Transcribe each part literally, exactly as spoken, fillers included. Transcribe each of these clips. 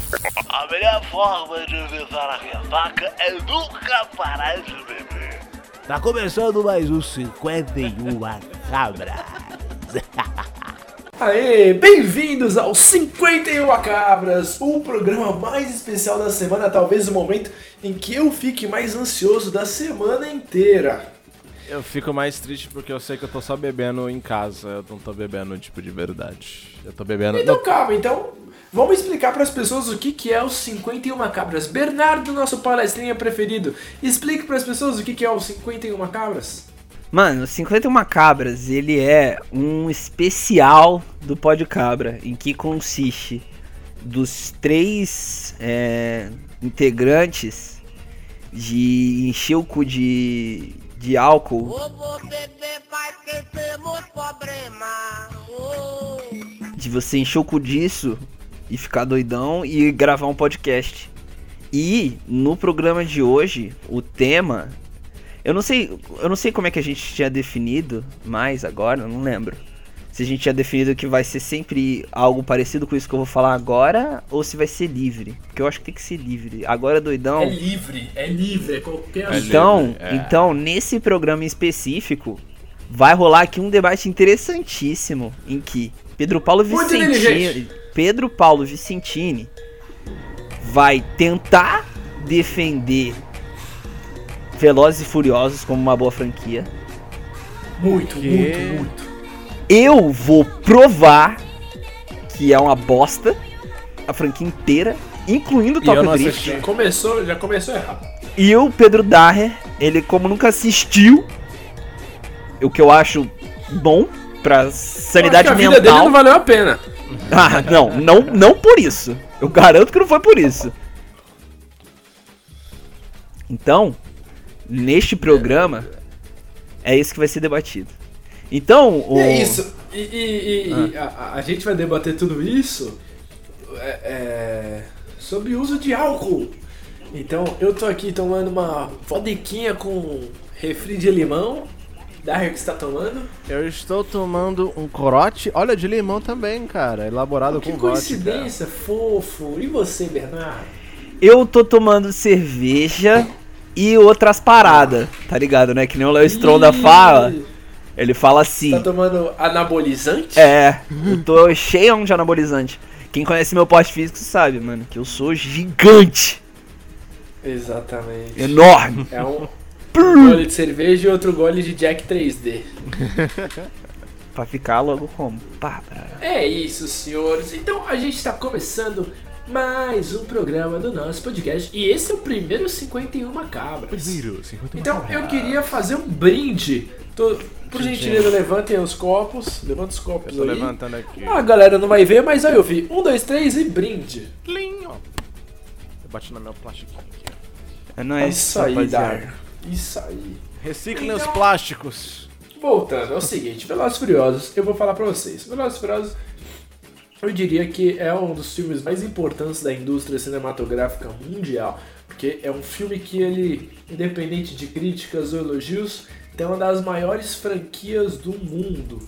A melhor forma de evitar a ressaca é nunca parar de beber. Tá começando mais um cinquenta e uma Cabras. Aê, bem-vindos ao cinquenta e uma Cabras, o programa mais especial da semana, talvez o momento em que eu fique mais ansioso da semana inteira. Eu fico mais triste porque eu sei que eu tô só bebendo em casa, eu não tô bebendo tipo de verdade. Eu tô bebendo... Então calma, então vamos explicar para as pessoas o que, que é o cinquenta e uma Cabras. Bernardo, nosso palestrinha preferido, explique para as pessoas o que, que é o cinquenta e uma Cabras. Mano, o cinquenta e uma Cabras, ele é um especial do Pod Cabra, em que consiste dos três é, integrantes de encher o cu de, de álcool. De você encher o cu disso e ficar doidão e gravar um podcast. E no programa de hoje, o tema... Eu não sei, eu não sei como é que a gente tinha definido mais agora, eu não lembro. Se a gente tinha definido que vai ser sempre algo parecido com isso que eu vou falar agora, ou se vai ser livre. Porque eu acho que tem que ser livre. Agora, doidão... É livre, é livre, é qualquer... É então, livre, é. então, nesse programa em específico, vai rolar aqui um debate interessantíssimo, em que Pedro Paulo Muito Vicentini, inteligente. Pedro Paulo Vicentini vai tentar defender Velozes e Furiosos como uma boa franquia. Muito, Que? muito, muito. Eu vou provar que é uma bosta a franquia inteira, incluindo o E eu Tokyo não Drift. assisti. Já começou, já começou errado. E o Pedro Daher, ele como nunca assistiu, o que eu acho bom pra sanidade Eu acho que a mental. vida dele não valeu a pena. Ah, não, não, não por isso. Eu garanto que não foi por isso. Então, neste programa, é isso que vai ser debatido. Então, o... E é isso. E, e- e- e a, a gente vai debater tudo isso é, é, sobre o uso de álcool. Então, eu tô aqui tomando uma vodquinha com refri de limão. Daher que está tomando. Eu estou tomando um corote, olha, de limão também, cara, elaborado Que com vodka. coincidência, fofo. E você, Bernardo? eu tô tomando cerveja e outras paradas, tá ligado, né? Que nem o Léo Stronda Ih, fala. Ele fala assim... Tá tomando anabolizante? É, eu tô cheio de anabolizante. Quem conhece meu porte físico sabe, mano, que eu sou gigante, Exatamente. enorme. É um, um gole de cerveja e outro gole de Jack três D. Pra ficar logo como? Pá, pá. É isso, senhores. Então a gente está começando mais um programa do nosso podcast. E esse é o primeiro cinquenta e uma Cabras. Então eu queria fazer um brinde. Tô, por gentileza, levantem os copos. Levanta os copos Eu tô aí. levantando aqui. A galera não vai ver, mas aí eu vi. Um, dois, três e brinde. Plim, ó. Eu bati no meu plastiquinho aqui, ó. É nóis, Isso aí, rapaziada. Dar. Isso aí. Reciclem Então- os plásticos. Voltando, é o seguinte, Velozes e Furiosos, eu vou falar pra vocês. Velozes e Furiosos, eu diria que é um dos filmes mais importantes da indústria cinematográfica mundial. Porque é um filme que ele, independente de críticas ou elogios, tem uma das maiores franquias do mundo.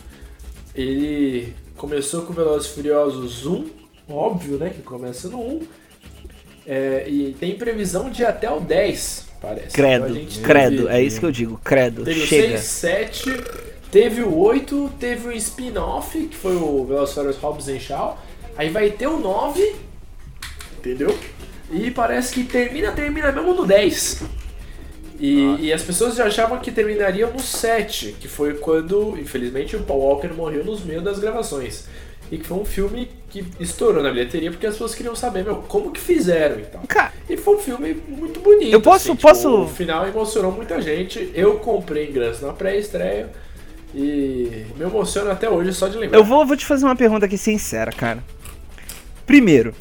Ele começou com Velozes e Furiosos um, óbvio, né, que começa no um. É, e tem previsão de até o dez, parece. Credo, Então a gente credo, teve- é isso que eu digo, credo, Teve o chega. seis, sete, teve o oito, teve o spin-off, que foi o Velozes e Furiosos Hobbs and Shaw. Aí vai ter o nove, entendeu? E parece que termina, termina mesmo no dez. E, e as pessoas já achavam que terminariam no sete, que foi quando, infelizmente, o Paul Walker morreu nos meios das gravações. E que foi um filme que estourou na bilheteria porque as pessoas queriam saber, meu, como que fizeram e tal. Cara, E foi um filme muito bonito. Eu posso- assim, tipo, posso- o final emocionou muita gente. Eu comprei ingresso na pré-estreia e me emociona até hoje só de lembrar. eu vou, vou te fazer uma pergunta aqui sincera, cara. Primeiro,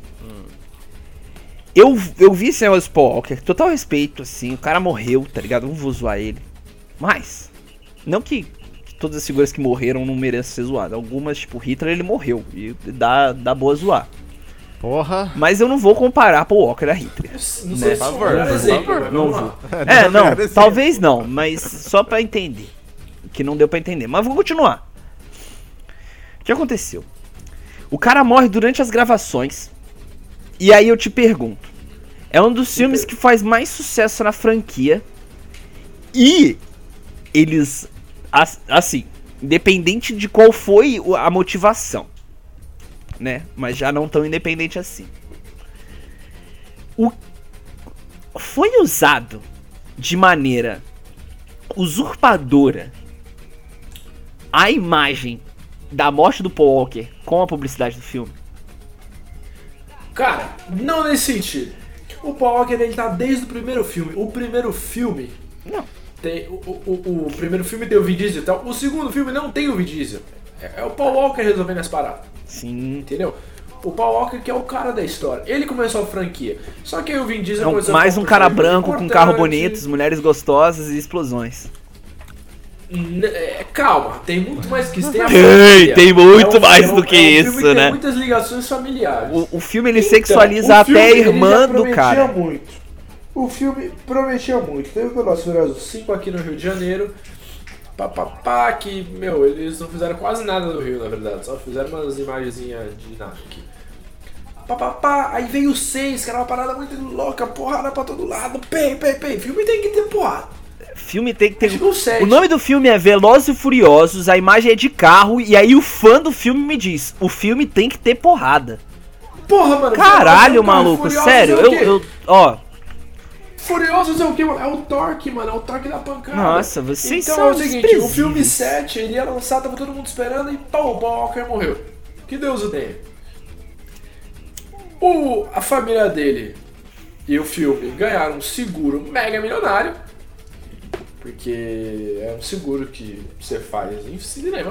eu, eu vi esse negócio do Paul Walker, total respeito, assim, o cara morreu, tá ligado? Não vou zoar ele. Mas, não que, que todas as figuras que morreram não mereçam ser zoadas. Algumas, tipo, Hitler, ele morreu, e dá, dá boa zoar. Porra. Mas eu não vou comparar Paul Walker a Hitler. Não Né? sei se Por foi favor, um por exemplo, favor. mas Não vamos vou. lá. É, não, Agradecer. talvez não, mas só pra entender. Que não deu pra entender. Mas vou continuar. O que aconteceu? O cara morre durante as gravações. E aí eu te pergunto, é um dos filmes que faz mais sucesso na franquia e eles, assim, independente de qual foi a motivação, né, mas já não tão independente assim, o foi usado de maneira usurpadora a imagem da morte do Paul Walker com a publicidade do filme? Cara, não nesse sentido. O Paul Walker, ele tá desde o primeiro filme. O primeiro filme... Não. Tem, o, o, o primeiro filme tem o Vin Diesel e tal. O segundo filme não tem o Vin Diesel. É, é o Paul Walker resolvendo as paradas. Sim. Entendeu? O Paul Walker que é o cara da história. Ele começou a franquia. Só que aí o Vin Diesel É um, começou mais a um cara branco com carro importante. bonito, mulheres gostosas e explosões. N- é, calma, tem muito mais que isso. Tem, a Tem, família. tem muito É um- mais é um- do que é um isso, filme que né? Tem muitas ligações familiares. O, o filme ele Então, sexualiza o filme, até a ele já irmã do prometia cara. muito. O filme prometia muito. Teve o Velozes e Furiosos cinco aqui no Rio de Janeiro. Pá, pá, pá, que, meu, eles não fizeram quase nada no Rio, na verdade. Só fizeram umas imagenzinhas de nada aqui. Pá, pá, pá. Aí veio o seis, que era uma parada muito louca, porrada pra todo lado. Pei, pei, pei. Filme tem que ter porrada. Filme tem que ter. Chegou o sete. O nome do filme é Velozes e Furiosos, a imagem é de carro, e aí o fã do filme me diz: o filme tem que ter porrada. Porra, mano. Caralho, Furiosos, maluco, Furiosos sério, é o eu, quê? eu. Ó. Furiosos é o que, mano? É o Torque, mano. É o Torque da pancada. Nossa, vocês então são é o seguinte, o filme desprezíveis. sete, ele ia lançar, tava todo mundo esperando e pô, o Paul Walker morreu. Que Deus o tenha. O, a família dele e o filme ganharam um seguro mega milionário. Porque é um seguro que você faz em cinema.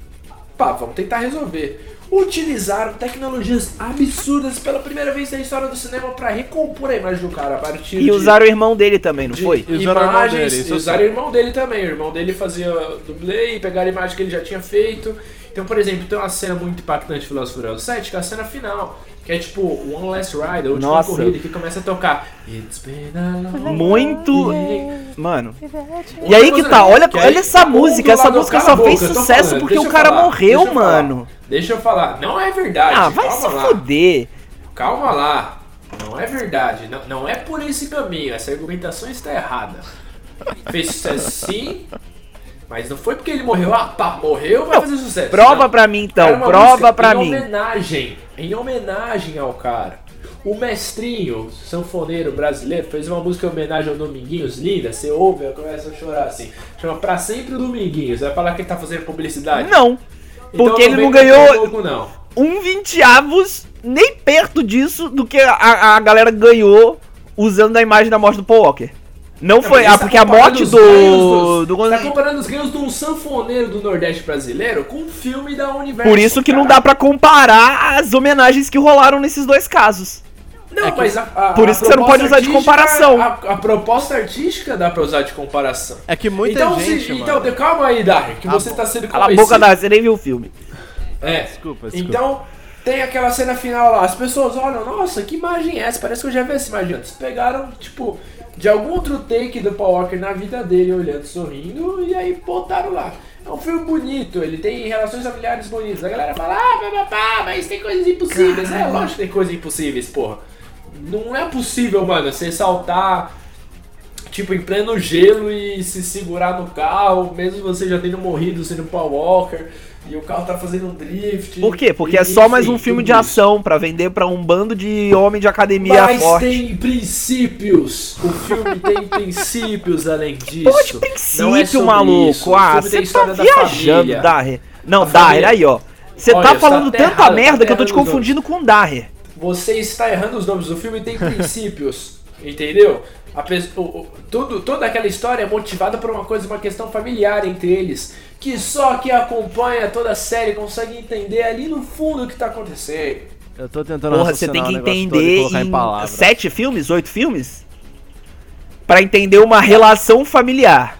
Pá, vamos tentar resolver. Utilizaram tecnologias absurdas pela primeira vez na história do cinema pra recompor a imagem do cara a partir E de... usaram o irmão dele também, não de foi? E usaram o irmão imagens, dele, isso eu usaram o sei. irmão dele também. O irmão dele fazia dublê e pegaram a imagem que ele já tinha feito. Então, por exemplo, tem uma cena muito impactante de Velozes e Furiosos sete, que é a cena final, que é tipo One Last Ride, a última Nossa. corrida, que começa a tocar It's been a long Muito. day. Mano. E Outra aí que coisa, tá, olha, que aí olha essa um música, do essa lado- música cala a só fez boca, eu tô sucesso falando, porque deixa o eu cara falar, morreu, deixa eu falar. mano. Deixa eu falar, não é verdade. Ah, vai calma se lá. fuder. Calma lá. Não é verdade. Não, não é por esse caminho. Essa argumentação está errada. Fez sucesso sim, mas não foi porque ele morreu. Ah, pá, morreu, vai fazer sucesso. Prova Não. pra mim então, Era uma prova música pra em mim. homenagem, em homenagem ao cara. O mestrinho, sanfoneiro brasileiro, fez uma música em homenagem ao Dominguinhos, linda. Você ouve, eu começo a chorar assim. Chama Pra Sempre o Dominguinhos. Vai falar que ele tá fazendo publicidade? Não. Então Porque ele vem não com esse ganhou louco, não. um vinteavos, nem perto disso, do que a, a galera ganhou usando a imagem da morte do Paul Walker. Não foi. Mas Ah, você tá porque a comparando morte os ganhos do. dos- do Tá comparando os ganhos de um sanfoneiro do Nordeste brasileiro com um filme da Universo. Por isso que não cara. dá pra comparar as homenagens que rolaram nesses dois casos. Não, mas a, a, Por a isso que você não pode proposta usar de artística- comparação. A, a proposta artística dá pra usar de comparação. É que muita então, gente, se, mano. então, de- calma aí, Darren, que Ah, você bom. tá sendo Cala a convencido. boca, da, você nem viu o filme. É. Desculpa, desculpa. Então, tem aquela cena final lá, as pessoas olham, nossa, que imagem é essa? Parece que eu já vi essa imagem antes. Pegaram, tipo, de algum outro take do Paul Walker na vida dele, olhando, sorrindo, e aí botaram lá. É um filme bonito, ele tem relações familiares bonitas. A galera fala, ah, papapá, mas tem coisas impossíveis. É, lógico que tem coisas impossíveis, porra. Não é possível, mano, você saltar, tipo, em pleno gelo e se segurar no carro, mesmo você já tendo morrido sendo Paul Walker, e o carro tá fazendo um drift. Por quê? Porque e, é só mais enfim, um filme tudo de isso. ação pra vender pra um bando de homem de academia Mas forte. tem princípios. O filme tem princípios além disso. Porra de Não é princípio, sobre maluco. isso. O Ah, filme tem você tá história da viajando, família. Darrer. Não, A Darrer, família. aí ó. Você Olha, tá você falando tá tanta errado, merda tá que eu tô te errando os confundindo com o Darrer. Você está errando os nomes. O filme tem princípios. Entendeu? A pe- o- o- tudo, toda aquela história é motivada por uma coisa, uma questão familiar entre eles. Que só quem acompanha toda a série consegue entender ali no fundo o que tá acontecendo. Eu tô tentando Porra, você raciocinar tem que o negócio todo e entender colocar em em palavras. sete filmes, oito filmes? Pra entender uma relação familiar.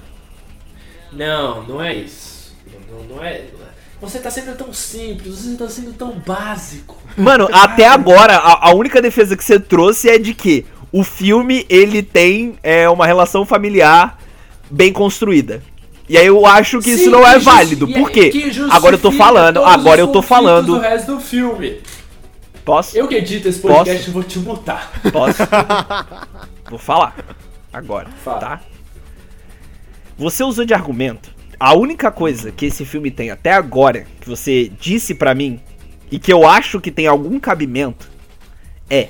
Não, não é isso. Não, não é. Você tá sendo tão simples, você tá sendo tão básico. Mano, até agora, a, a única defesa que você trouxe é de que o filme, ele tem é, uma relação familiar bem construída. E aí eu acho que isso Sim, não é que justi- válido. e- Por quê? que justifica Agora eu tô falando, todos agora os eu tô conflitos falando. do resto do filme. Posso? Eu que edito esse podcast, eu vou te mutar. Posso? Vou falar. Agora, Fala. tá? Você usou de argumento. A única coisa que esse filme tem até agora, que você disse pra mim, e que eu acho que tem algum cabimento, é...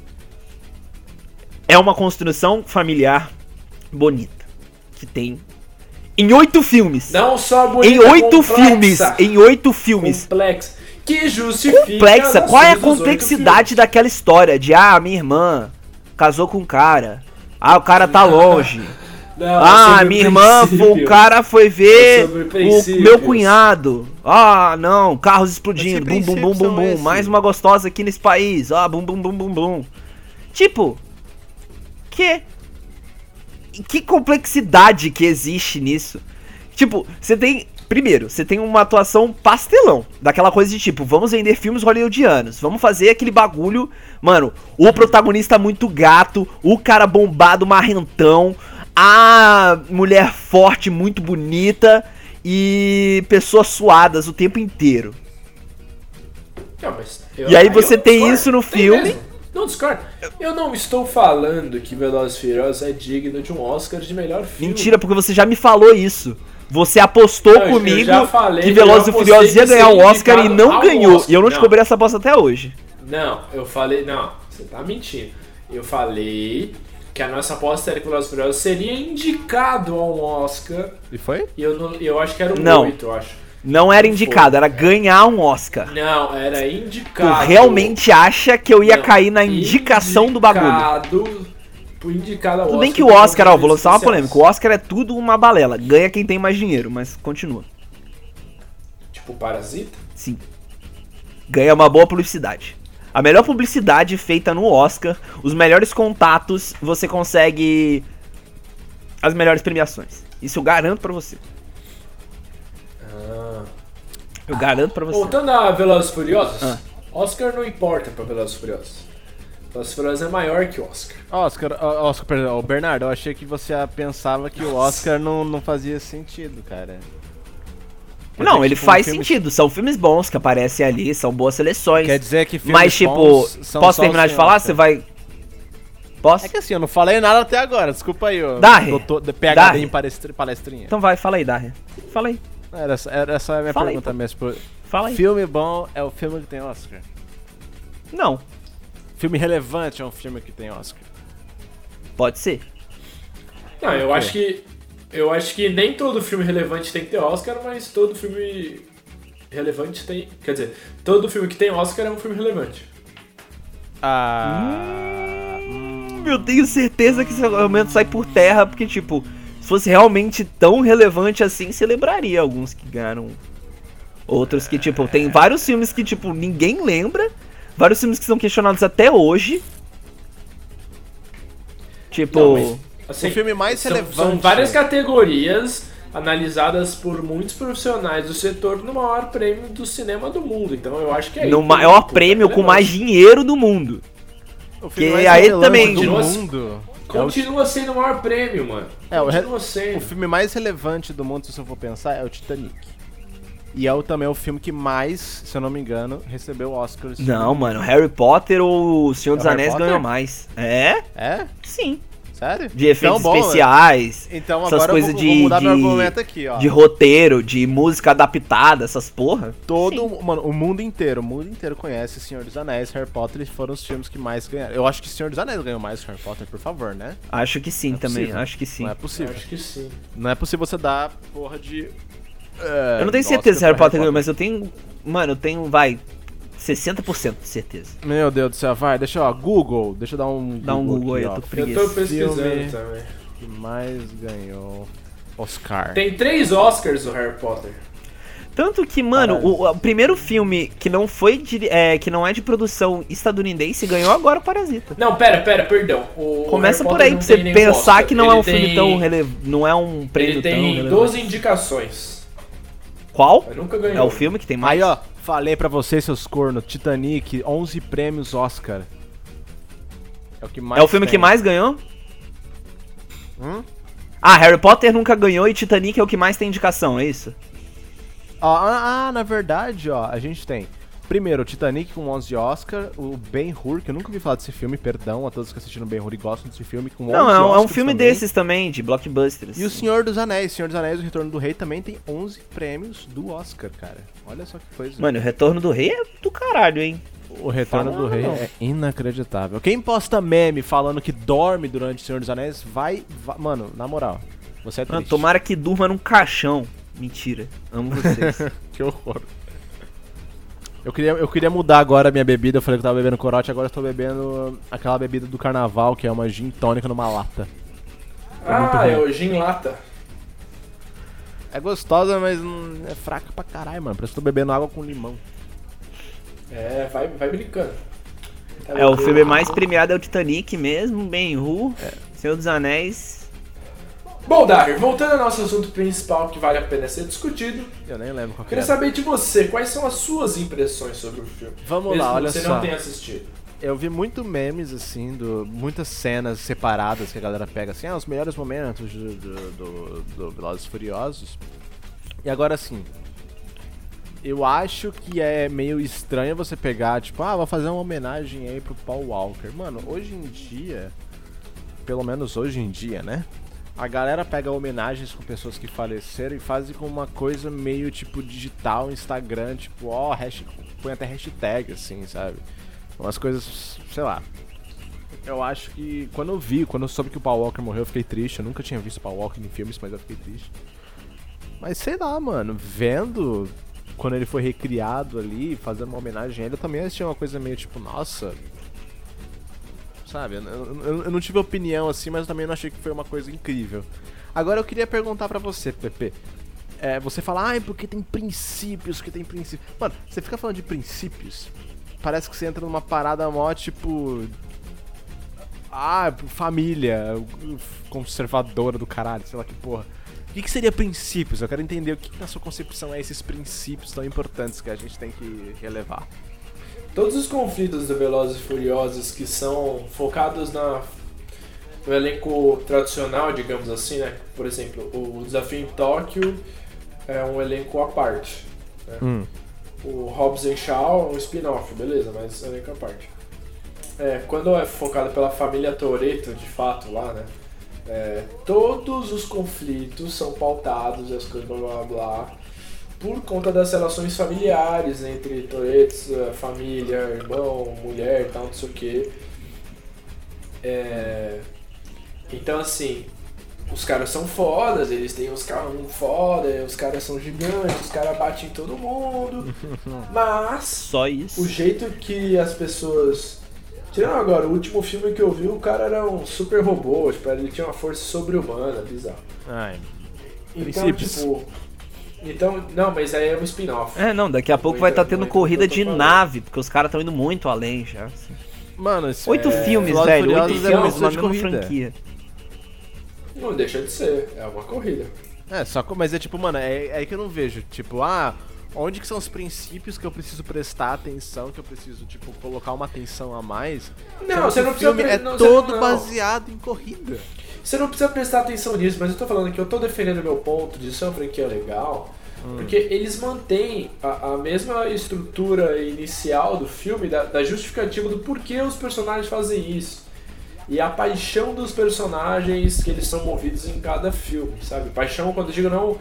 É uma construção familiar bonita. Que tem... Em oito filmes. Não só bonita, Em oito complexa. filmes. Em oito filmes. Complexa. Que justifica... Complexa. as Qual é a ações dos oito complexidade daquela história? De, ah, minha irmã casou com um cara. Ah, o cara tá longe. filmes. Não, Ah, é sobre minha irmã, princípio. o cara foi É ver sobre o princípios. meu cunhado. Ah, não, carros explodindo. Mas que Bum, bum, bum, princípios bum, são bum. esses? Mais uma gostosa aqui nesse país. Ah, bum, bum, bum, bum, bum. Tipo, que... Que complexidade que existe nisso? Tipo, você tem... Primeiro, você tem uma atuação pastelão. Daquela coisa de tipo, vamos vender filmes hollywoodianos. Vamos fazer aquele bagulho... Mano, o protagonista muito gato. O cara bombado, marrentão. A mulher forte, muito bonita. E pessoas suadas o tempo inteiro. Não, mas eu- E aí eu você não tem discordo. isso no Tem filme. mesmo. Não discordo. Eu não estou falando que Velozes e Furiosos é digno de um Oscar de melhor filme. Mentira, porque você já me falou isso. Você apostou Não, eu comigo já falei que que Velozes eu e Furiosos apostei ia que ganhar o seria Oscar e indicado não ao ganhou. Oscar. E eu não te Não. cobrei essa aposta até hoje. Não, eu falei... Não, você tá mentindo. Eu falei que a nossa aposta era que Velozes e Furiosos seria indicado a um Oscar. E foi? E eu, não, eu acho que era o Não. oito, eu acho. Não era indicado, era ganhar um Oscar. Não, era Tu indicado. realmente acha que eu ia Não, cair na indicação do bagulho? Indicado... Indicado ao Tudo bem Oscar que o por Oscar, ó, conta vou de lançar uma especiais. polêmica. O Oscar é tudo uma balela. Ganha quem tem mais dinheiro, mas continua. Tipo Parasita? Sim. Ganha uma boa publicidade. A melhor publicidade feita no Oscar, os melhores contatos, você consegue as melhores premiações. Isso eu garanto pra você. Ah. Eu garanto pra você. Voltando a Velozes e Furiosos, Ah. Oscar não importa pra Velozes e Furiosos. Velozes e Furiosos é maior que o Oscar. Oscar, ó, Oscar, perdão, ô, Bernardo, eu achei que você pensava que o Oscar não, não fazia sentido, cara. Quer Não, dizer ele que, tipo, faz um filme- sentido. São filmes bons que aparecem ali, são boas seleções. Quer dizer que filmes Mas, tipo, bons são posso só terminar sem de falar? Oscar. Você vai. Posso? É que assim, eu não falei nada até agora, desculpa aí, ô. Darre, doutor- de P H D Darre. em palestri- palestrinha. Então vai, fala aí, Darren. Fala aí, Era, essa- era essa a minha Fala aí, pergunta pô. mesmo. Pro- fala aí. Filme bom é o filme que tem Oscar. Não, Filme relevante é um filme que tem Oscar. pode ser. Não, eu quê? acho que. Eu acho que nem todo filme relevante tem que ter Oscar, mas todo filme relevante tem. Quer dizer, todo filme que tem Oscar é um filme relevante. Ah. hum, Eu tenho certeza que esse argumento sai por terra, porque, tipo, se fosse realmente tão relevante assim, você lembraria alguns que ganharam. Outros que, tipo, tem vários filmes que, tipo, ninguém lembra. Vários filmes que são questionados até hoje. Tipo. Não, mas, assim, o filme mais são, relevante. São várias categorias analisadas por muitos profissionais do setor no maior prêmio do cinema do mundo. Então eu acho que é no isso, maior puta prêmio com relevante. mais dinheiro do mundo. O filme que mais aí relevante também- do Continua- mundo. Continua sendo o maior prêmio, mano. É, o re- Continua sendo. O filme mais relevante do mundo, se eu for pensar, é o Titanic. E é o, também o filme que mais, se eu não me engano, recebeu Oscars. Não, mano, Harry Potter ou O Senhor dos É o Harry Anéis Potter? ganhou mais. É? É? Sim. Sério? De efeitos Então, bom, especiais, Então essas agora coisas eu vou, de, vou mudar meu de, argumento aqui, ó. de roteiro, de música adaptada, essas porra. Todo, Sim. mano, o mundo inteiro, o mundo inteiro conhece Senhor dos Anéis, Harry Potter, e foram os filmes que mais ganharam. Eu acho que Senhor dos Anéis ganhou mais que Harry Potter, por favor, né? Acho que sim Não é também, possível. acho que sim. Não é Eu possível. acho que sim. Não é possível você dar porra de... é, Eu não tenho Oscar certeza se pra Harry Potter ganhou, Potter. mas eu tenho. Mano, eu tenho, vai, sessenta por cento de certeza. Meu Deus do céu, vai, deixa eu, ó, Google, deixa eu dar um Dá um Google aí, aqui, eu ó. tô com Eu preguiça. tô pesquisando Filme. também. Que mais ganhou Oscar. Tem três Oscars do Harry Potter. Tanto que, mano, Caralho. o, o primeiro filme que não foi de, é, que não é de produção estadunidense ganhou agora o Parasita. Não, pera, pera, perdão. O Começa Harry por Potter aí não pra você tem nenhum pensar Oscar. que não é Ele um filme tem- tão relevante. Não é um prêmio Ele tão tem relevante. doze indicações. Qual? Mas nunca ganhou. É o filme que tem mais? Aí, ó, falei pra vocês, seus cornos, Titanic, onze prêmios Oscar. É o que mais É o filme tem. que mais ganhou? Hum? Ah, Harry Potter nunca ganhou e Titanic é o que mais tem indicação, é isso? Ó, ah, ah, na verdade, ó, a gente tem Primeiro, o Titanic com onze Oscar, o Ben-Hur, que eu nunca ouvi falar desse filme, perdão a todos que assistiram Ben-Hur e gostam desse filme, com onze Não, é um, é um Oscars filme também. desses também, de blockbusters. E o Senhor dos Anéis, Senhor dos Anéis, o Retorno do Rei também tem onze prêmios do Oscar, cara. Olha só que coisa. Mano, o Retorno do Rei é do caralho, hein? O Retorno Fala do Rei não. é inacreditável. Quem posta meme falando que dorme durante o Senhor dos Anéis, vai, vai... Mano, na moral, você é triste. Mano, tomara que durma num caixão. Mentira, amo vocês. Que horror. Eu queria, eu queria mudar agora a minha bebida. Eu falei que eu tava bebendo corote, agora eu tô bebendo aquela bebida do carnaval, que é uma gin tônica numa lata. É muito Ah, ruim. é o gin lata. É gostosa, mas hum, é fraca pra caralho, mano. Parece que eu tô bebendo água com limão. É, vai, vai brincando. Tá É, o bom. filme mais premiado é o Titanic mesmo, Ben-Hur, É. Senhor dos Anéis. Bom, Dagger, voltando ao nosso assunto principal que vale a pena ser discutido, Eu nem lembro qual eu que queria é. saber de você, quais são as suas impressões sobre o filme? Vamos Mesmo lá, que olha você só. não tenha assistido. Eu vi muito memes, assim, do, muitas cenas separadas que a galera pega, assim, ah, os melhores momentos do, do, do, do Velozes e Furiosos. E agora, assim, eu acho que é meio estranho você pegar, tipo, ah, vou fazer uma homenagem aí pro Paul Walker. Mano, hoje em dia, pelo menos hoje em dia, né? A galera pega homenagens com pessoas que faleceram e fazem com uma coisa meio, tipo, digital, Instagram, tipo, ó, hashtag, põe até hashtag, assim, sabe? Umas coisas, sei lá. Eu acho que quando eu vi, quando eu soube que o Paul Walker morreu, eu fiquei triste. Eu nunca tinha visto o Paul Walker em filmes, mas eu fiquei triste. Mas sei lá, mano, vendo quando ele foi recriado ali, fazendo uma homenagem a ele, eu também achei uma coisa meio tipo, nossa. Sabe, eu, eu, eu não tive opinião assim, mas eu também não achei que foi uma coisa incrível. Agora eu queria perguntar pra você, Pepe. É, você fala, ai, porque tem princípios, que tem princípios. Mano, você fica falando de princípios, parece que você entra numa parada mó, tipo... Ah, família, conservadora do caralho, sei lá que porra. O que, que seria princípios? Eu quero entender o que, que na sua concepção é esses princípios tão importantes que a gente tem que relevar. Todos os conflitos do Velozes e Furiosos que são focados na, no elenco tradicional, digamos assim, né? Por exemplo, o Desafio em Tóquio é um elenco à parte. Né? Hum. O Hobbs and Shaw é um spin-off, beleza, mas é um elenco à parte. É, quando é focado pela família Toretto, de fato, lá, né? É, todos os conflitos são pautados, as coisas blá blá blá, por conta das relações familiares entre Torettos, família, irmão, mulher e tal, não sei o que. É... Então, assim, os caras são fodas, eles têm uns carros foda, os caras são gigantes, os caras batem em todo mundo, mas Só isso. o jeito que as pessoas... Tirando agora, o último filme que eu vi, o cara era um super robô, tipo, ele tinha uma força sobre-humana, bizarro. Ai, Então, princípios. tipo... Então, não, mas aí é um spin-off. É, não, daqui a pouco vai estar tá tendo Muito, corrida muito, de muito nave, porque os caras estão indo muito além já. assim. Mano, esse Oito é... filmes, Velozes e velho, oito Furiosos é filmes, uma uma de mesma corrida. franquia. Não deixa de ser, é uma corrida. É, só que, mas é tipo, mano, é, é aí que eu não vejo, tipo, ah, onde que são os princípios que eu preciso prestar atenção, que eu preciso, tipo, colocar uma atenção a mais? Não, Sendo você que não o precisa filme pre- é não, você todo não- baseado em corrida. Você não precisa prestar atenção nisso, mas eu tô falando que eu tô defendendo meu ponto de ser uma franquia legal, porque eles mantêm a, a mesma estrutura inicial do filme, da, da justificativa do porquê os personagens fazem isso. E a paixão dos personagens que eles são movidos em cada filme, sabe? Paixão, quando eu digo não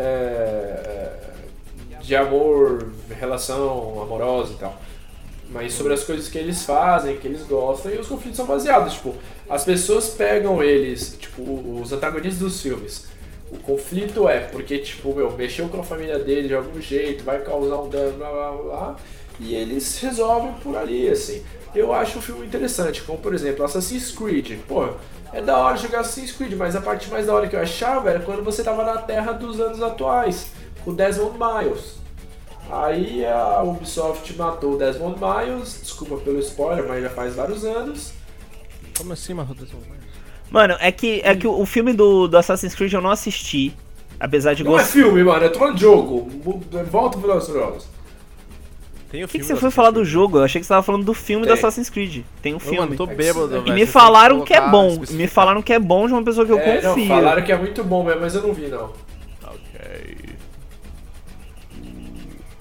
é, de amor, relação amorosa e tal, mas sobre as coisas que eles fazem, que eles gostam, e os conflitos são baseados, tipo, as pessoas pegam eles, tipo, os antagonistas dos filmes. O conflito é porque, tipo, meu, mexeu com a família dele de algum jeito, vai causar um dano, blá blá blá, e eles resolvem por ali, assim. Eu acho o filme interessante, como por exemplo, Assassin's Creed. Pô, é da hora jogar Assassin's Creed, mas a parte mais da hora que eu achava era quando você tava na terra dos anos atuais, com Desmond Miles. Aí a Ubisoft matou o Desmond Miles, desculpa pelo spoiler, mas já faz vários anos. Como assim, mano? Mano, é que, é que o, o filme do, do Assassin's Creed eu não assisti, apesar de Não é gostar. filme, mano, eu tô falando de jogo. Volta pro Velozes e Furiosos. Tem o Por que, que filme você foi falar do jogo? Eu achei que você tava falando do filme do Tem. Assassin's Creed. Tem um Ô, filme. mano, tô bêbado, E velho. E me Você falaram tem que é colocar, bom. Me especificar. falaram que é bom de uma pessoa que eu É, não, confio. falaram que é muito bom mesmo, mas eu não vi, não. Ok.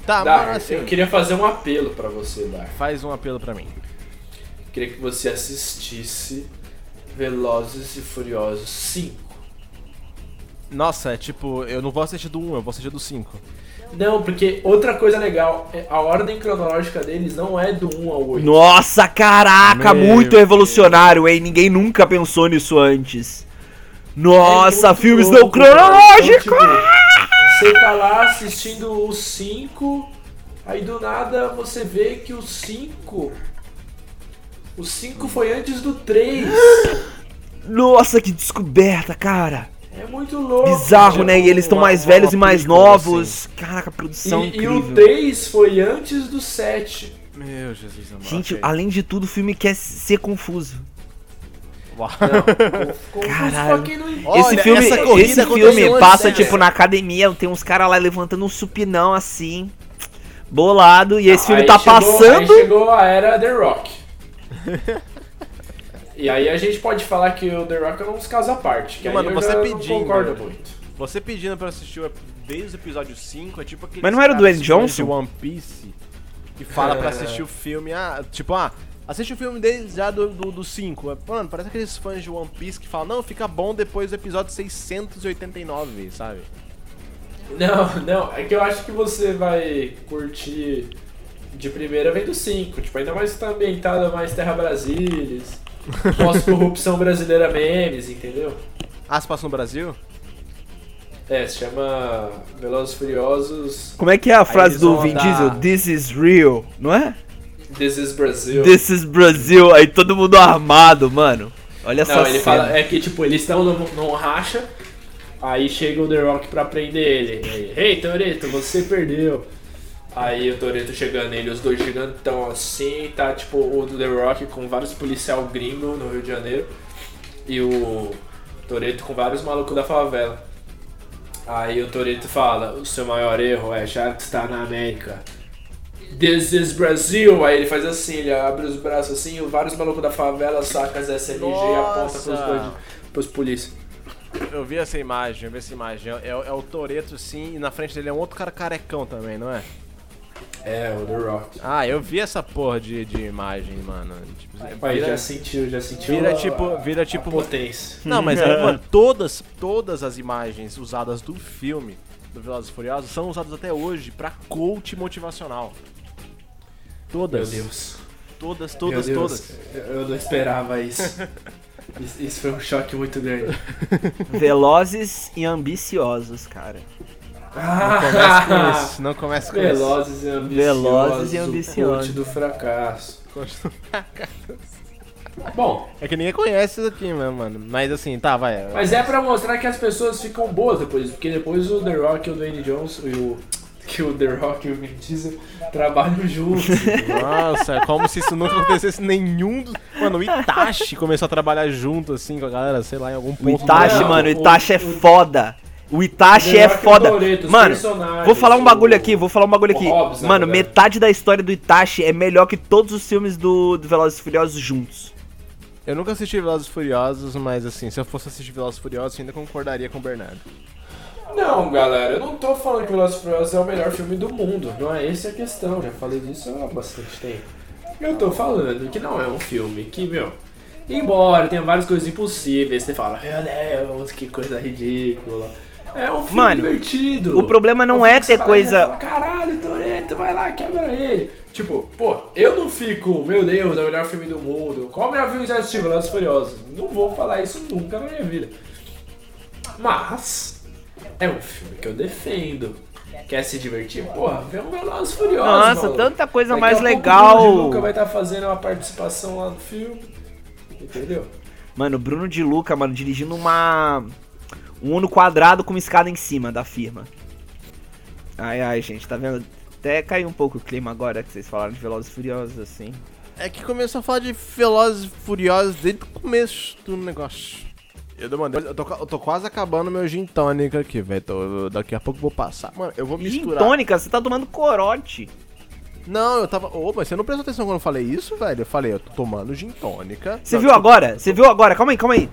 Tá, Dar, mas assim, eu queria fazer um apelo pra você, Dar. faz um apelo pra mim. Queria que você assistisse Velozes e Furiosos cinco. Nossa, é tipo, eu não vou assistir do um, eu vou assistir do cinco. Não, porque outra coisa legal, é a ordem cronológica deles não é do um ao oito. Nossa, caraca, Meu muito revolucionário, hein? Ninguém nunca pensou nisso antes. Nossa, É muito filmes louco, não cara. cronológicos! Então, tipo, você tá lá assistindo o cinco, aí do nada você vê que o cinco... O cinco foi antes do três. Nossa, que descoberta, cara. É muito louco. Bizarro, tipo, né? E eles estão uma- mais uma velhos e mais película, novos. Caraca, produção E, e incrível. o três foi antes do sete. Meu Jesus amado. Gente, ok. além de tudo, o filme quer ser confuso. Uau. Não, Caralho. Quem não... Olha, esse filme, essa corrida esse aconteceu filme antes, passa, né? tipo, na academia, tem uns caras lá levantando um supinão assim, bolado, e esse filme Aí tá chegou- passando. Aí chegou a era The Rock. E aí a gente pode falar que o The Rock é uns casos à parte. Que aí Mano, eu você já pedindo, não concordo né? muito. Você pedindo pra assistir o- desde o episódio cinco é tipo aquele. Mas não era o Dwayne Johnson? de One Piece que fala pra assistir o filme, ah, tipo, ah, assiste o filme desde já do do cinco. Mano, parece aqueles fãs de One Piece que falam, não, fica bom depois do episódio seiscentos e oitenta e nove, sabe? Não, não, é que eu acho que você vai curtir de primeira vem do cinco. Tipo, ainda mais que tá ambientada mais Terra Brasilis, pós-corrupção brasileira memes, entendeu? Ah, se passa no Brasil? É, se chama Velozes e Furiosos Como é que é a frase eles do vão Vin andar- Diesel? This is real, não é? This is Brazil. This is Brazil. Aí todo mundo armado, mano. Olha essa Não, ele cena. fala, é que tipo, eles estão num, num racha, aí chega o The Rock pra prender ele. Aí, Hey Toretto, você perdeu. Aí o Toretto chegando nele, os dois chegando tão assim, tá tipo o The Rock com vários policial gringo no Rio de Janeiro e o Toretto com vários malucos da favela. Aí o Toretto fala, o seu maior erro é achar que está na América. This is Brazil! Aí ele faz assim, ele abre os braços assim, vários malucos da favela sacam as S M G e aponta pros, Nossa! bandidos, pros polícia. Eu vi essa imagem, eu vi essa imagem. É, é o Toretto, sim, e na frente dele é um outro cara carecão também, não é? É, o The Rock. Ah, eu vi essa porra de, de imagem, mano. Tipo, Pai, vira- já sentiu, já sentiu vira a- tipo- vira a tipo- potência. Não, mas é, mano, todas, todas as imagens usadas do filme do Velozes e Furiosos são usadas até hoje pra coach motivacional. Meu Todas. Deus. Todas, Meu todas, Deus. todas. Eu eu não esperava isso. Isso- Isso foi um choque muito grande. Velozes e ambiciosos, cara. Começa com isso, não começa com Velozes e ambiciosos. Velozes e O ambiciosos. coach do fracasso. isso. Bom, É que ninguém conhece isso aqui mesmo, mano. Mas assim, tá, vai. mas é pra mostrar que as pessoas ficam boas depois, porque depois o The Rock e o Dwayne Johnson e o que o The Rock e o Vin Diesel trabalham juntos. Nossa, é como se isso nunca acontecesse nenhum dos... Mano, o Itachi começou a trabalhar junto, assim, com a galera, sei lá, em algum O ponto. Itachi, Não, mano, o o- Itachi é o- foda. O Itachi The é Rock e o foda. Toretto, os Mano, personagens, vou falar um o- bagulho aqui, vou falar um bagulho o aqui. Hobbs, na Mano, verdade. metade da história do Itachi é melhor que todos os filmes do, do Velozes e Furiosos juntos. Eu nunca assisti Velozes e Furiosos, mas assim, se eu fosse assistir Velozes e Furiosos, eu ainda concordaria com o Bernardo. Não, galera, eu não tô falando que Velozes e Furiosos é o melhor filme do mundo. Não é essa a questão, já falei disso há bastante tempo. Eu tô falando que não é um filme que, meu... Embora tenha várias coisas impossíveis, você fala, meu Deus, que coisa ridícula. É um filme Mano, divertido. o problema não Um é filme que você ter vai coisa- lá e fala, Caralho, Toretto, vai lá, quebra ele. Tipo, pô, eu não fico, meu Deus, é o melhor filme do mundo. Qual melhor filme já assistiu, Velozes e Furiosos? Não vou falar isso nunca na minha vida. Mas, é um filme que eu defendo. Quer se divertir? Porra, vê um Velozes e Furiosos, Nossa, maluco. tanta coisa Daqui mais a pouco legal. O Bruno de Luca vai estar fazendo uma participação lá no filme. Entendeu? Mano, o Bruno de Luca, mano, dirigindo uma... Um Uno quadrado com uma escada em cima da firma. Ai, ai, gente, tá vendo? Até caiu um pouco o clima agora que vocês falaram de Velozes e Furiosos, assim. É que começou a falar de Velozes e Furiosos desde o começo do negócio. Eu, mandei, eu, tô, eu tô quase acabando meu gin tônica aqui, velho. Daqui a pouco eu vou passar. Mano, eu vou Gin misturar. tônica, você tá tomando corote. Não, eu tava... Ô, mas você não prestou atenção quando eu falei isso, velho? Eu falei, eu tô tomando gin tônica. Você Não, viu tô- agora? Você viu agora? Calma aí, calma aí.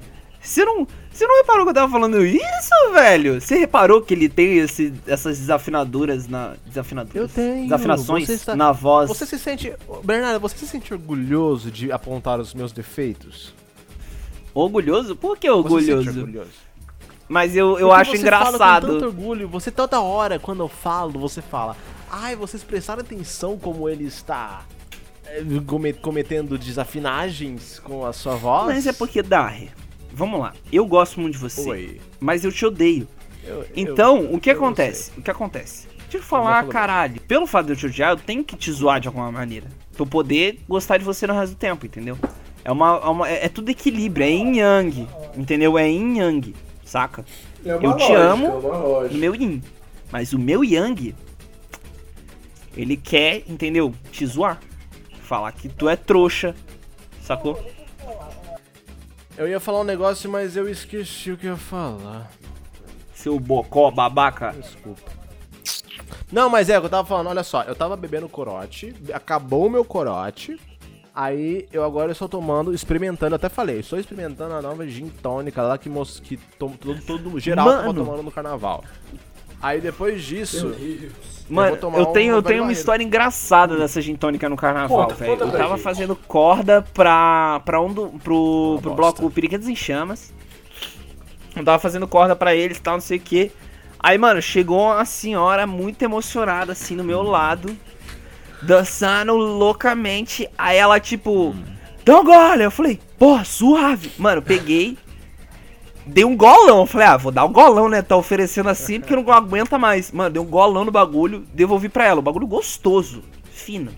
Você não, você não reparou que eu tava falando isso, velho? Você reparou que ele tem esse, essas desafinaduras na... Desafinaduras? Eu tenho. Desafinações Você está- na voz. Você se sente... Bernardo, você se sente orgulhoso de apontar os meus defeitos? Orgulhoso? Por que Você se sente orgulhoso? orgulhoso? Mas eu, eu Porque acho você engraçado. Fala com tanto orgulho, você toda hora, quando eu falo, você fala: ai, vocês prestaram atenção como ele está é, come- cometendo desafinagens com a sua voz? Mas é porque, Darry, vamos lá. Eu gosto muito de você, Oi. mas eu te odeio. Eu- Então, eu- o que eu não acontece? sei. O que acontece? Deixa eu Já falar, falou. caralho. Pelo fato de eu te odiar, eu tenho que te zoar de alguma maneira. Pra eu poder gostar de você no resto do tempo, entendeu? É uma. É, uma- é- é tudo equilíbrio, é yin yang. Entendeu? É yin yang, saca? É uma Eu te lógica, amo, é uma lógica. O meu yin. Mas o meu yang, ele quer, entendeu? Te zoar. Falar que tu é trouxa, sacou? Eu ia falar um negócio, mas eu esqueci o que eu ia falar. Seu bocó, babaca. Desculpa. Não, mas é, o que eu tava falando, olha só, eu tava bebendo corote, acabou o meu corote, aí eu agora estou tomando, experimentando, até falei, estou experimentando a nova gin tônica lá que, mos, que to, todo, todo geral tava Mano. tomando no carnaval. Aí depois disso, Mano, vou tomar eu um tenho, eu Velho tenho uma Barreiro. história engraçada dessa gin tônica no carnaval, Conta, velho. conta Eu pra tava gente. fazendo corda pra, pra um do, pro, Uma pro bosta. bloco Periquitos em Chamas. Eu tava fazendo corda pra eles e tal, não sei o que. Aí, mano, chegou uma senhora muito emocionada, assim, no meu lado, dançando loucamente. Aí ela, tipo, dá um gole. Eu falei, porra, suave. Mano, eu peguei, dei um golão. Eu falei, ah, vou dar um golão, né? Tá oferecendo assim porque não aguenta mais. Mano, dei um golão no bagulho, devolvi pra ela. O bagulho gostoso, fino.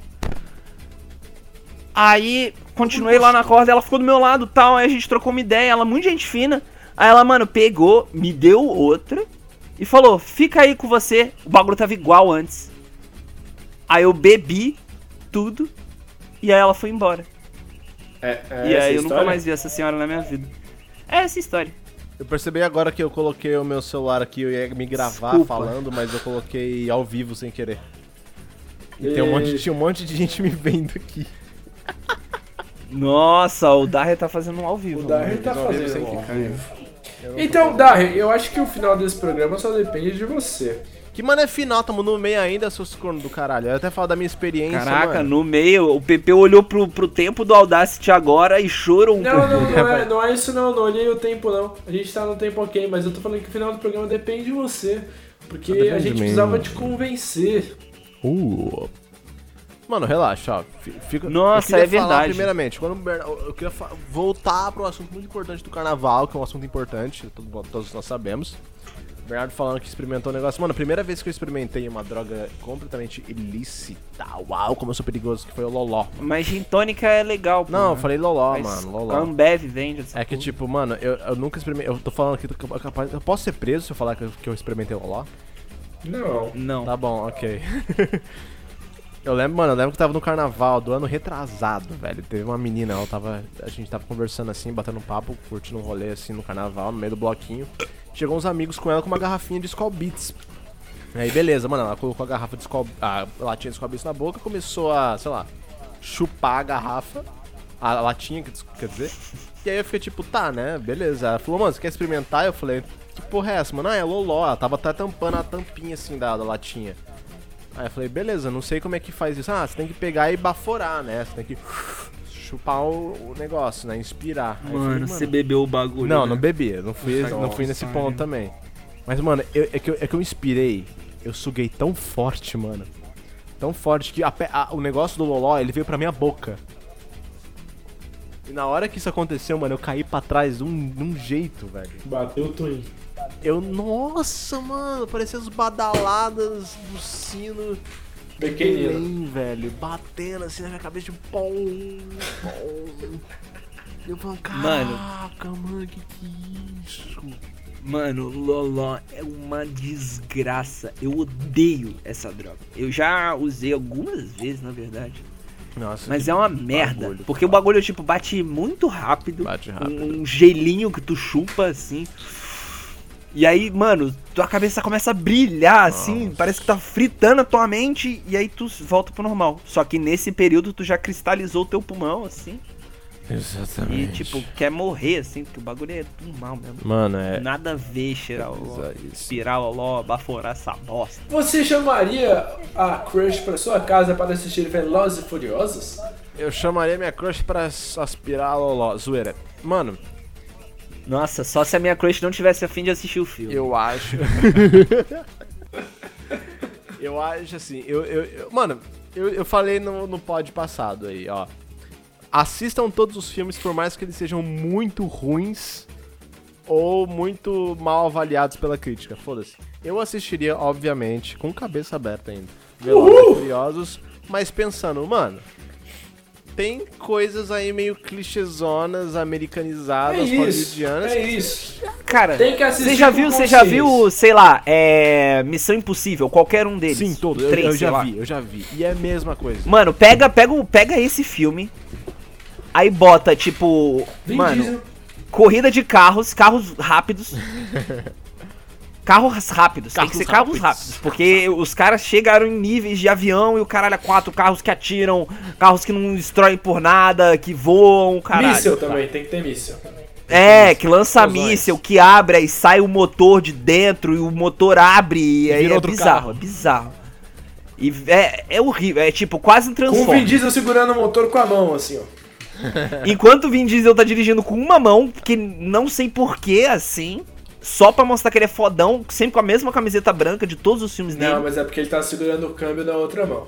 Aí, continuei lá na corda, ela ficou do meu lado e tal. Aí a gente trocou uma ideia, ela muito gente fina. Aí ela, mano, pegou, me deu outra e falou, fica aí com você. O bagulho tava igual antes. Aí eu bebi tudo e aí ela foi embora. É, é e essa aí a eu nunca história? mais vi essa senhora na minha vida. É essa história. eu percebi agora que eu coloquei o meu celular aqui, eu ia me gravar Desculpa. falando, mas eu coloquei ao vivo sem querer. E tem um monte, tinha um monte de gente me vendo aqui. Nossa, o Darry tá fazendo um ao vivo. O Darry mano. tá Ao vivo fazendo sem ao ficar. vivo. Então, Darry, eu acho que o final desse programa só depende de você. Que mano é final, tamo no meio ainda, seus cornos do caralho. Eu até falo da minha experiência, Caraca, mano. no meio, o Pepe olhou pro, pro tempo do Audacity agora e chorou um Não, pouco. não, não é, não é isso não, não olhei o tempo não. A gente tá no tempo ok, mas eu tô falando que o final do programa depende de você. Porque Depende a gente de mim. precisava te convencer. Uh. Mano, relaxa, ó. Fi- Fica, Nossa, eu queria é verdade. Falar, primeiramente, quando o Bern- eu queria fa- voltar pro assunto muito importante do carnaval, que é um assunto importante, todo- todos nós sabemos. O Bernardo falando que experimentou um negócio. Mano, a primeira vez que eu experimentei uma droga completamente ilícita, uau, como eu sou perigoso, que foi o Loló. Mas gin tônica é legal, pô. Não, eu falei Loló, Mas mano, A Loló. Ambev vende essa É que porra. tipo, mano, eu, eu nunca experimentei. Eu tô falando aqui, que eu, capaz- eu posso ser preso se eu falar que eu, que eu experimentei Loló? Não. Não. Tá bom, ok. Eu lembro, mano, eu lembro que tava no carnaval do ano retrasado, velho. Teve uma menina, ela tava. A gente tava conversando assim, batendo um papo, curtindo um rolê assim no carnaval, no meio do bloquinho. Chegou uns amigos com ela com uma garrafinha de Skol Beats. Aí beleza, mano, ela colocou a garrafa de Skol. A latinha de Skol Beats na boca, começou a, sei lá, chupar a garrafa. A latinha, quer dizer. E aí eu fiquei tipo, tá, né, beleza. Ela falou, mano, você quer experimentar? Eu falei, que porra é essa, mano? Ah, é Loló. Ela tava até tampando a tampinha assim da, da latinha. Aí eu falei, beleza, não sei como é que faz isso. Ah, você tem que pegar e baforar, né? Você tem que chupar o, o negócio, né? Inspirar. Aí eu Mano, falei, você bebeu o bagulho. Não, né? não bebi, eu não fui, não fui nesse ponto também. Mas, mano, eu- é, que eu, é que eu inspirei, eu suguei tão forte, mano. Tão forte que a pe- a- o negócio do Loló, ele veio pra minha boca. E na hora que isso aconteceu, mano, eu caí pra trás de um, de um jeito, velho. Bateu o twin. Eu, nossa, mano, parecia as badaladas do sino Pequenino. Belém, velho, batendo assim na minha cabeça, tipo, pom, pom. Eu falando, Mano. caraca, mano, que que é isso? Mano, Loló é uma desgraça. Eu odeio essa droga. Eu já usei algumas vezes, na verdade. Nossa, Mas que é uma merda. bagulho Porque o bagulho, tipo, bate muito rápido. Bate rápido. Um gelinho que tu chupa, assim. E aí, mano, tua cabeça começa a brilhar, assim. Nossa. Parece que tá fritando a tua mente. E aí tu volta pro normal. Só que nesse período tu já cristalizou o teu pulmão, assim. Exatamente. E, tipo, quer morrer, assim, porque o bagulho é tudo mal mesmo. Mano, é... Nada a ver, cheirar o É isso. espirar o ló, baforar essa bosta. Você chamaria a crush pra sua casa para assistir Velozes e Furiosos? Eu chamaria minha crush pra aspirar a loló. Zoeira. Mano, Nossa, só se a minha crush não tivesse a fim de assistir o filme. eu acho... eu acho assim, eu... eu, eu- mano, eu, eu falei no, no pod passado aí, ó. Assistam todos os filmes, por mais que eles sejam muito ruins ou muito mal avaliados pela crítica. Foda-se. Eu assistiria, obviamente, com cabeça aberta ainda. Velozes e Furiosos, mas pensando, mano... Tem coisas aí meio clichêzonas, americanizadas, É isso, hollywoodianas. é isso. Cara, Tem que assistir você já com viu, você já consciência. viu, sei lá, é, Missão Impossível, qualquer um deles. Sim, todo. Eu, Três, eu sei já lá. vi, eu já vi. E é a mesma coisa. Mano, pega, pega, o- pega esse filme, aí bota, tipo, Vin mano, Diesel. corrida de carros, carros rápidos. Carros rápidos, tem que Carros ser carros rápidos. rápidos, porque os caras chegaram em níveis de avião e o caralho é quatro, carros que atiram, carros que não destroem por nada, que voam, caralho. Míssel também, tem que ter míssel. É, que lança Explosões. míssel, que abre e sai o motor de dentro e o motor abre e aí vira é outro bizarro, carro. é bizarro. E é, é horrível, é tipo quase um Com o Vin Transformers. Diesel segurando o motor com a mão, assim, ó. Enquanto o Vin Diesel tá dirigindo com uma mão, que não sei porquê, assim, só pra mostrar que ele é fodão, sempre com a mesma camiseta branca de todos os filmes dele. Não, mas é porque ele tá segurando o câmbio na outra mão.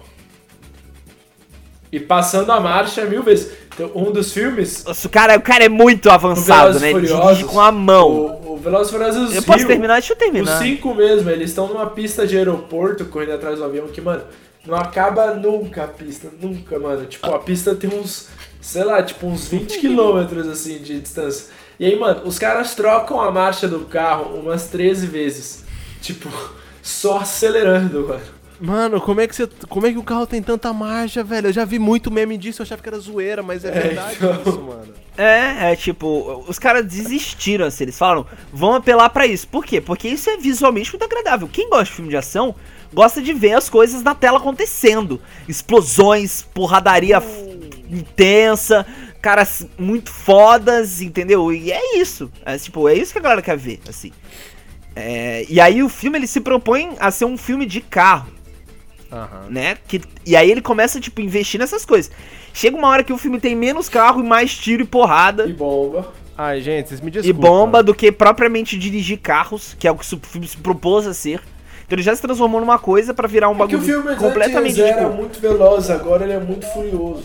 E passando a marcha mil vezes. Então, um dos filmes, Nossa, o cara, o cara é muito o avançado, Velozes né? e Ele Furiosos, dirige com a mão. O, o Velozes e Furiosos Eu posso Rio, terminar? Deixa eu terminar. Os cinco mesmo, eles estão numa pista de aeroporto, correndo atrás do avião, que, mano, não acaba nunca a pista, nunca, mano. Tipo, a pista tem uns, sei lá, tipo uns vinte quilômetros, assim, de distância. E aí, mano, os caras trocam a marcha do carro umas treze vezes. Tipo, só acelerando, mano. Mano, como é que você. Como é que o carro tem tanta marcha, velho? Eu já vi muito meme disso, eu achava que era zoeira, mas é verdade então. isso, mano. É, é tipo, os caras desistiram, assim, eles falaram, vamos apelar pra isso. Por quê? Porque isso é visualmente muito agradável. Quem gosta de filme de ação, gosta de ver as coisas na tela acontecendo. Explosões, porradaria f- intensa, caras muito fodas, entendeu? E é isso. É, tipo, é isso que a galera quer ver, assim. É, e aí o filme, ele se propõe a ser um filme de carro. Aham. Né? Que, e aí ele começa, tipo, a investir nessas coisas. Chega uma hora que o filme tem menos carro e mais tiro e porrada E bomba. Ai, gente, vocês me e desculpem. bomba do que propriamente dirigir carros, que é o que o filme se propôs a ser. Então ele já se transformou numa coisa pra virar um É que o bagulho filme completamente antes era tipo, muito veloz, agora ele é muito furioso.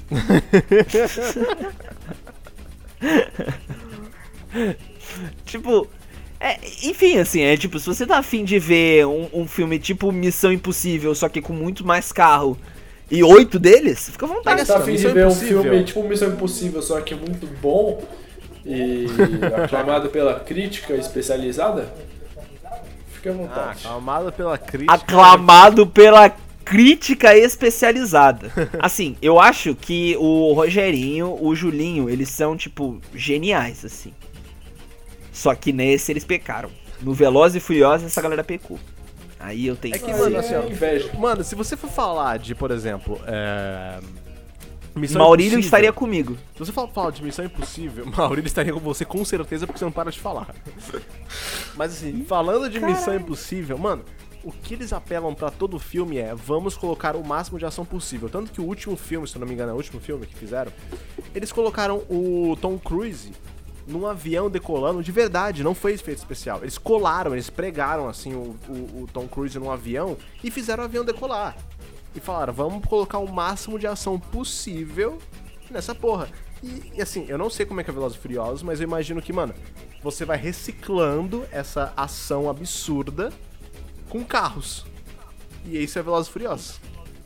tipo, é, enfim, assim, é tipo, se você tá afim de ver um, um filme tipo Missão Impossível, só que com muito mais carro e oito deles, fica à vontade. Olha Tá só, afim de Missão ver um Impossível. filme tipo Missão Impossível, só que muito bom e aclamado pela crítica especializada? Fique à Ah, vontade. aclamado pela crítica. Aclamado pela crítica especializada. Assim, eu acho que o Rogerinho, o Julinho, eles são, tipo, geniais, assim. Só que nesse eles pecaram. No Velozes e Furiosos, essa galera pecou. Aí eu tenho É que que, Aí mano, é assim, ó, inveja. Mano, se você for falar de, por exemplo, é... Missão Maurílio Impossível, estaria comigo. Se você for falar de Missão Impossível, Maurílio estaria com você com certeza porque você não para de falar. Mas assim, falando de Missão Impossível, mano, o que eles apelam pra todo filme é vamos colocar o máximo de ação possível. Tanto que o último filme, se eu não me engano, é o último filme que fizeram, eles colocaram o Tom Cruise num avião decolando de verdade, não foi efeito especial. Eles colaram, eles pregaram assim o, o, o Tom Cruise num avião e fizeram o avião decolar. E falaram, vamos colocar o máximo de ação possível nessa porra. E, e assim, eu não sei como é que é Velozes e Furiosos, mas eu imagino que, mano, você vai reciclando essa ação absurda com carros. E isso é Velozes e Furiosos.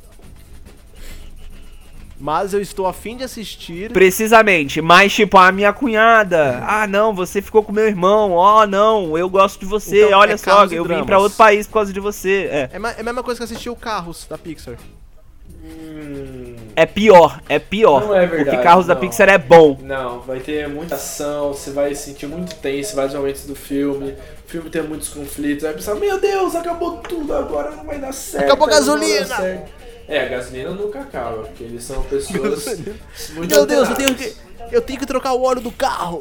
Mas eu estou a fim de assistir... Precisamente, mas tipo, a minha cunhada, ah não, você ficou com meu irmão, ó não, eu gosto de você, Então, olha é só, caos e eu vim dramas. pra outro país por causa de você. É, É, ma- é a mesma coisa que assistir o Carros, da Pixar. Hum, é pior, é pior. Não é verdade, porque Carros da não. Pixar é bom. não, vai ter muita ação, você vai sentir muito tenso vários momentos do filme. O filme tem muitos conflitos, vai pensar, meu Deus, acabou tudo, agora não vai dar certo. Acabou a não vai dar gasolina! certo. É, a gasolina nunca acaba, porque eles são pessoas muito Meu Deus, eu alteradas. tenho que, eu tenho que trocar o óleo do carro.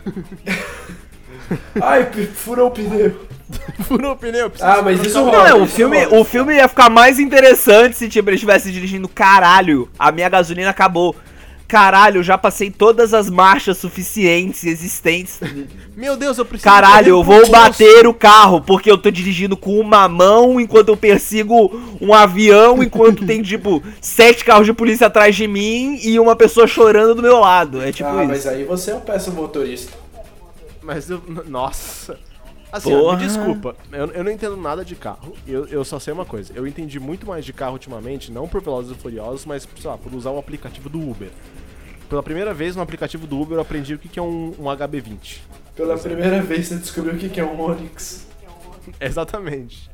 Ai, p- furou o pneu. Furou o pneu. preciso Ah, mas trocar isso o- rola. Não, é, o isso filme, rola. o filme ia ficar mais interessante se tipo, ele estivesse dirigindo. Caralho, a minha gasolina acabou. Caralho, eu já passei todas as marchas suficientes existentes. Meu Deus, eu preciso... Caralho, eu correr vou pro posto. bater o carro porque eu tô dirigindo com uma mão enquanto eu persigo um avião, enquanto tem, tipo, sete carros de polícia atrás de mim e uma pessoa chorando do meu lado. É tipo Ah, isso. mas aí você é um péssimo motorista. Mas eu... Nossa... Assim, ó, Porra. me desculpa, eu, eu não entendo nada de carro, eu, eu só sei uma coisa, eu entendi muito mais de carro ultimamente, não por Velozes e Furiosos, mas, sei lá, por usar o aplicativo do Uber. Pela primeira vez no aplicativo do Uber eu aprendi o que que é um, um H B vinte. Pela primeira vez você descobriu o que que é um Onix. Exatamente.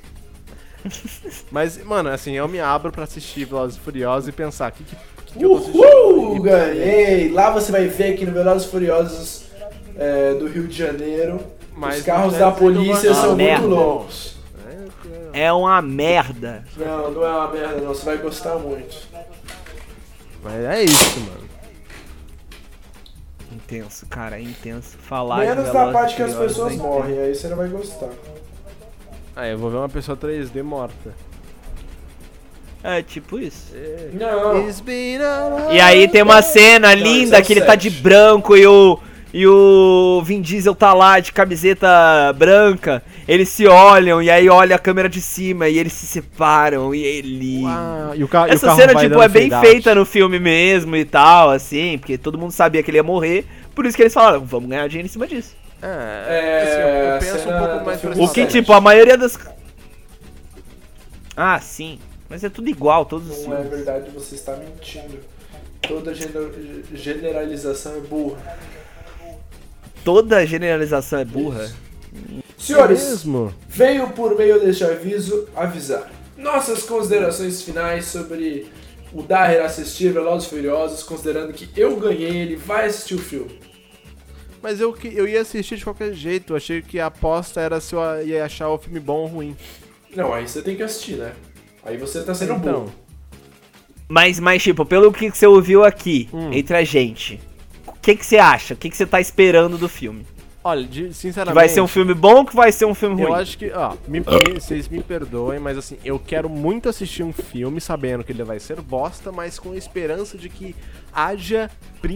Mas, mano, assim, eu me abro pra assistir Velozes e Furiosos e pensar, o que, que, que, que eu tô assistindo? Uhul, ganhei! Lá você vai ver que no Velozes e Furiosos é, do Rio de Janeiro, Mas os carros não da quer dizer que eu polícia gosto. são Ah, muito merda. loucos. É uma merda. Não, não é uma merda não, você vai gostar muito. Mas é isso, mano. Intenso, cara, é intenso. Falar Menos de da Velozes parte e que as Furiosos pessoas é morrem, aí você não vai gostar. Ah, eu vou ver uma pessoa três D morta. É, tipo isso. Não. It's been a E aí tem uma cena Não, linda esse é o que ele tá de sete. branco e o, e o Vin Diesel tá lá de camiseta branca. Eles se olham e aí olha a câmera de cima e eles se separam e ele... Ah, e o ca- e o Essa carro cena, vai tipo, dando é bem fade out. feita no filme mesmo e tal, assim, porque todo mundo sabia que ele ia morrer. Por isso que eles falaram, vamos ganhar dinheiro em cima disso. É, É, assim, eu- eu a penso cena um pouco do mais filme pra O esse que, sete. tipo, a maioria das... Ah, sim. Mas é tudo igual, todos os Não é filmes. verdade, você está mentindo. Toda gener- generalização é burra. Toda generalização é burra. Senhores, mesmo? venho por meio deste aviso avisar. Nossas considerações finais sobre o Daher assistir Velozes e Furiosos, considerando que eu ganhei, ele vai assistir o filme. Mas eu, que- eu ia assistir de qualquer jeito, eu achei que a aposta era se eu ia achar o filme bom ou ruim. Não, aí você tem que assistir, né? Aí você tá sendo Então, burro. Mas, mas, tipo, pelo que você ouviu aqui, Hum. entre a gente, o que, que você acha? O que, que você tá esperando do filme? olha, de- Que sinceramente... vai ser um filme bom ou que vai ser um filme Eu ruim? acho que, ó, me- me- vocês me perdoem, mas assim, eu quero muito assistir um filme sabendo que ele vai ser bosta, mas com a esperança de que haja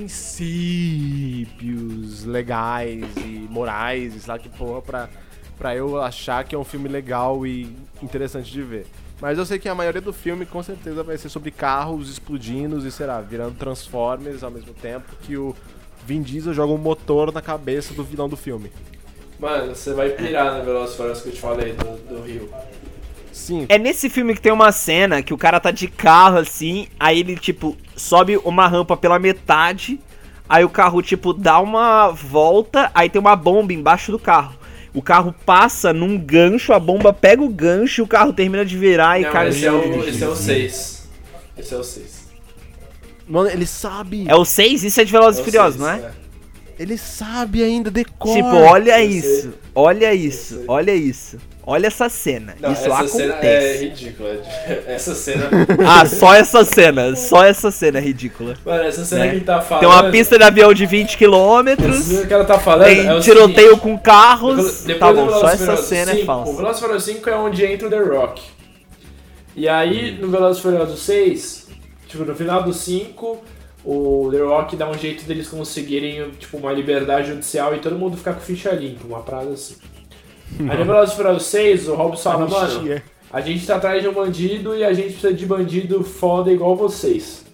princípios legais e morais, e sei lá que porra, pra, pra eu achar que é um filme legal e interessante de ver. Mas eu sei que a maioria do filme com certeza vai ser sobre carros explodindo e, sei lá, virando Transformers ao mesmo tempo que o Vin Diesel joga um motor na cabeça do vilão do filme. Mano, você vai pirar no Velozes e Furiosos que eu te falei do, do Rio. Sim, É nesse filme que tem uma cena que o cara tá de carro assim, aí ele, tipo, sobe uma rampa pela metade, aí o carro, tipo, dá uma volta, aí tem uma bomba embaixo do carro. O carro passa num gancho, a bomba pega o gancho e o carro termina de virar e Não, cai no esse é chão. o esse é o seis. Esse é o seis. mano, ele sabe. É o seis? Isso é de Velozes e É o Furiosos, seis, não é? Ele sabe ainda, decora. Tipo, olha eu sei. isso, olha isso, sei. olha isso. Olha essa cena. Não, isso essa acontece. cena é ridícula. Essa cena. Ah, só essa cena. Só essa cena é ridícula. Mano, essa cena Né? que ele tá falando. Tem uma pista de avião de vinte Essa quilômetros. cena que ela tá falando. Tem é o tiroteio seguinte, com carros. Depois Tá do bom, só Velozes e essa Furiosos cena é cinco, O falsa. Velozes e Furiosos cinco é onde entra o The Rock. E aí, no Velozes e Furiosos seis, tipo, no final do cinco, o The Rock dá um jeito deles conseguirem, tipo, uma liberdade judicial e todo mundo ficar com ficha limpa, uma parada assim. Aí no Velozes e Furiosos seis, o Hobbs fala, mano, a gente tá atrás de um bandido e a gente precisa de bandido foda igual vocês.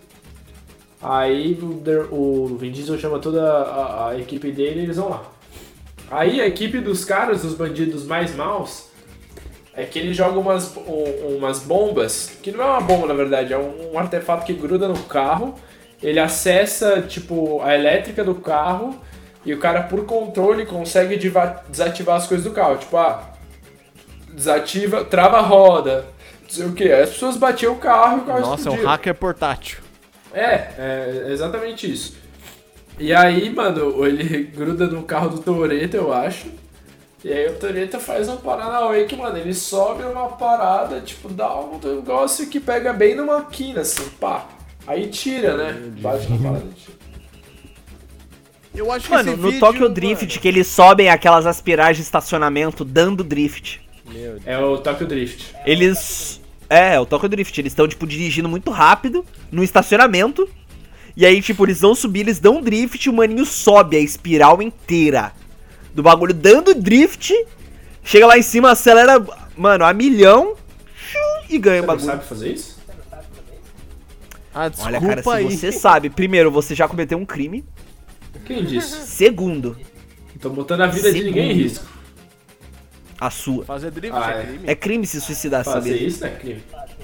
Aí o, The- o Vin Diesel chama toda a, a equipe dele e eles vão lá. Aí a equipe dos caras, dos bandidos mais maus, é que eles jogam umas, um- umas bombas, que não é uma bomba na verdade, é um, um artefato que gruda no carro, ele acessa tipo a elétrica do carro e o cara por controle consegue diva- desativar as coisas do carro, tipo, ah, desativa, trava a roda, não sei o que, as pessoas batiam o carro e o carro Nossa, é um explodia. hacker portátil. É, é exatamente isso. E aí, mano, ele gruda no carro do Toretto, eu acho. E aí o Toretto faz uma Paranauê que, mano, ele sobe uma parada, tipo, dá um negócio que pega bem numa quina, assim, pá. Aí tira, né? Bate na parada e tira. Eu acho que Mano, esse no vídeo, Tokyo Drift, mano, que eles sobem aquelas aspiragens de estacionamento dando drift. Meu Deus. É o Tokyo Drift. Eles. É, o Tokyo Drift. Eles estão, tipo, dirigindo muito rápido no estacionamento. E aí, tipo, eles vão subir, eles dão drift e o maninho sobe a espiral inteira do bagulho dando drift. Chega lá em cima, acelera, mano, a milhão e ganha Você o não bagulho. sabe fazer isso? Ah, desculpa Olha, cara, se aí. você sabe, primeiro, você já cometeu um crime. Quem disse? Segundo, Tô botando a vida de ninguém em Segundo. risco. a sua. Fazer drift Ah, é é. crime? É crime se suicidar, Fazer sabia? isso não é crime.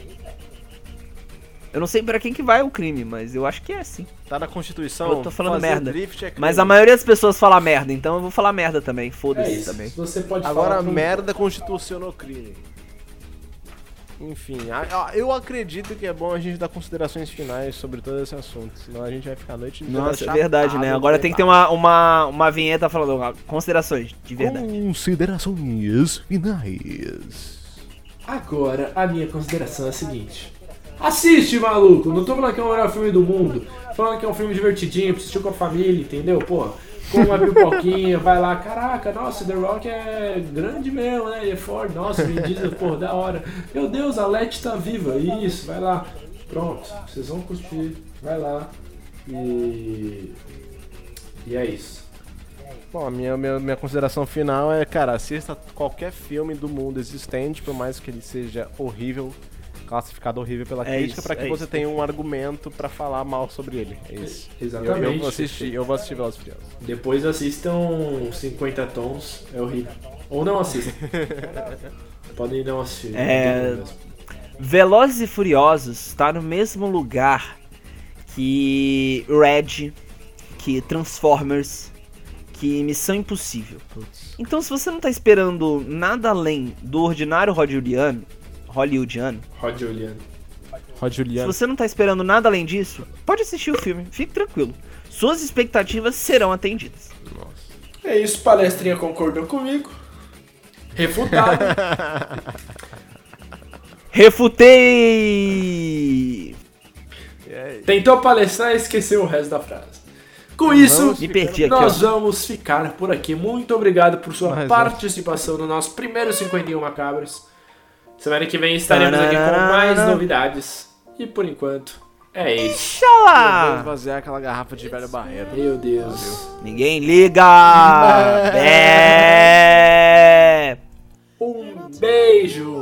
Eu não sei pra quem que vai o crime, mas eu acho que é sim. Tá na Constituição. Eu tô falando fazer merda. drift é crime. Mas a maioria das pessoas fala merda, então eu vou falar merda também. É Foda-se isso. também. Você pode Agora, falar pro- merda constitucionou crime. Enfim, a- a- eu acredito que é bom a gente dar considerações finais sobre todo esse assunto, senão a gente vai ficar a noite inteira Nossa, é chapado verdade, né? de Agora tem que ter debate. uma, uma, uma vinheta falando ó, considerações, de verdade. Considerações finais. Agora, a minha consideração é a seguinte. Assiste, maluco! Não tô falando que é o melhor filme do mundo. Tô falando que é um filme divertidinho, pra assistir com a família, entendeu? Pô, com uma pipoquinha, vai lá. Caraca, nossa, The Rock é grande mesmo, né? Ele é forte. Nossa, Vin Diesel, pô, da hora. Meu Deus, a Letty tá viva. Isso, vai lá. Pronto, vocês vão curtir. Vai lá. E... E é isso. Bom, a minha, minha, minha consideração final é, cara, assista qualquer filme do mundo existente, por mais que ele seja horrível, classificado horrível pela É crítica, isso, pra que é você isso. tenha um argumento pra falar mal sobre ele. É isso. Exatamente. Eu, eu vou assistir, eu vou assistir Velozes e Furiosos. Depois assistam cinquenta tons, é horrível. Ou não assistam. Podem não assistir. não É, tem problema. Velozes e Furiosos tá no mesmo lugar que Red, que Transformers, que Missão Impossível. Então se você não tá esperando nada além do ordinário hollywoodiano, hollywoodiano, Rod Juliano. Rod se Juliano. você não tá esperando nada além disso, pode assistir o filme, fique tranquilo. Suas expectativas serão atendidas. É isso, palestrinha concordou comigo. Refutado. Refutei! Tentou palestrar e esqueceu o resto da frase. Com isso, Me perdi aqui, nós ó. vamos ficar por aqui. Muito obrigado por sua Mas, participação no nosso primeiro cinquenta e um Macabros. Semana que vem estaremos aqui com mais novidades. E por enquanto, é isso. Eu vou Tchau! esvaziar aquela garrafa de velho barreiro. Meu Deus. Ninguém liga! Bé! Um beijo.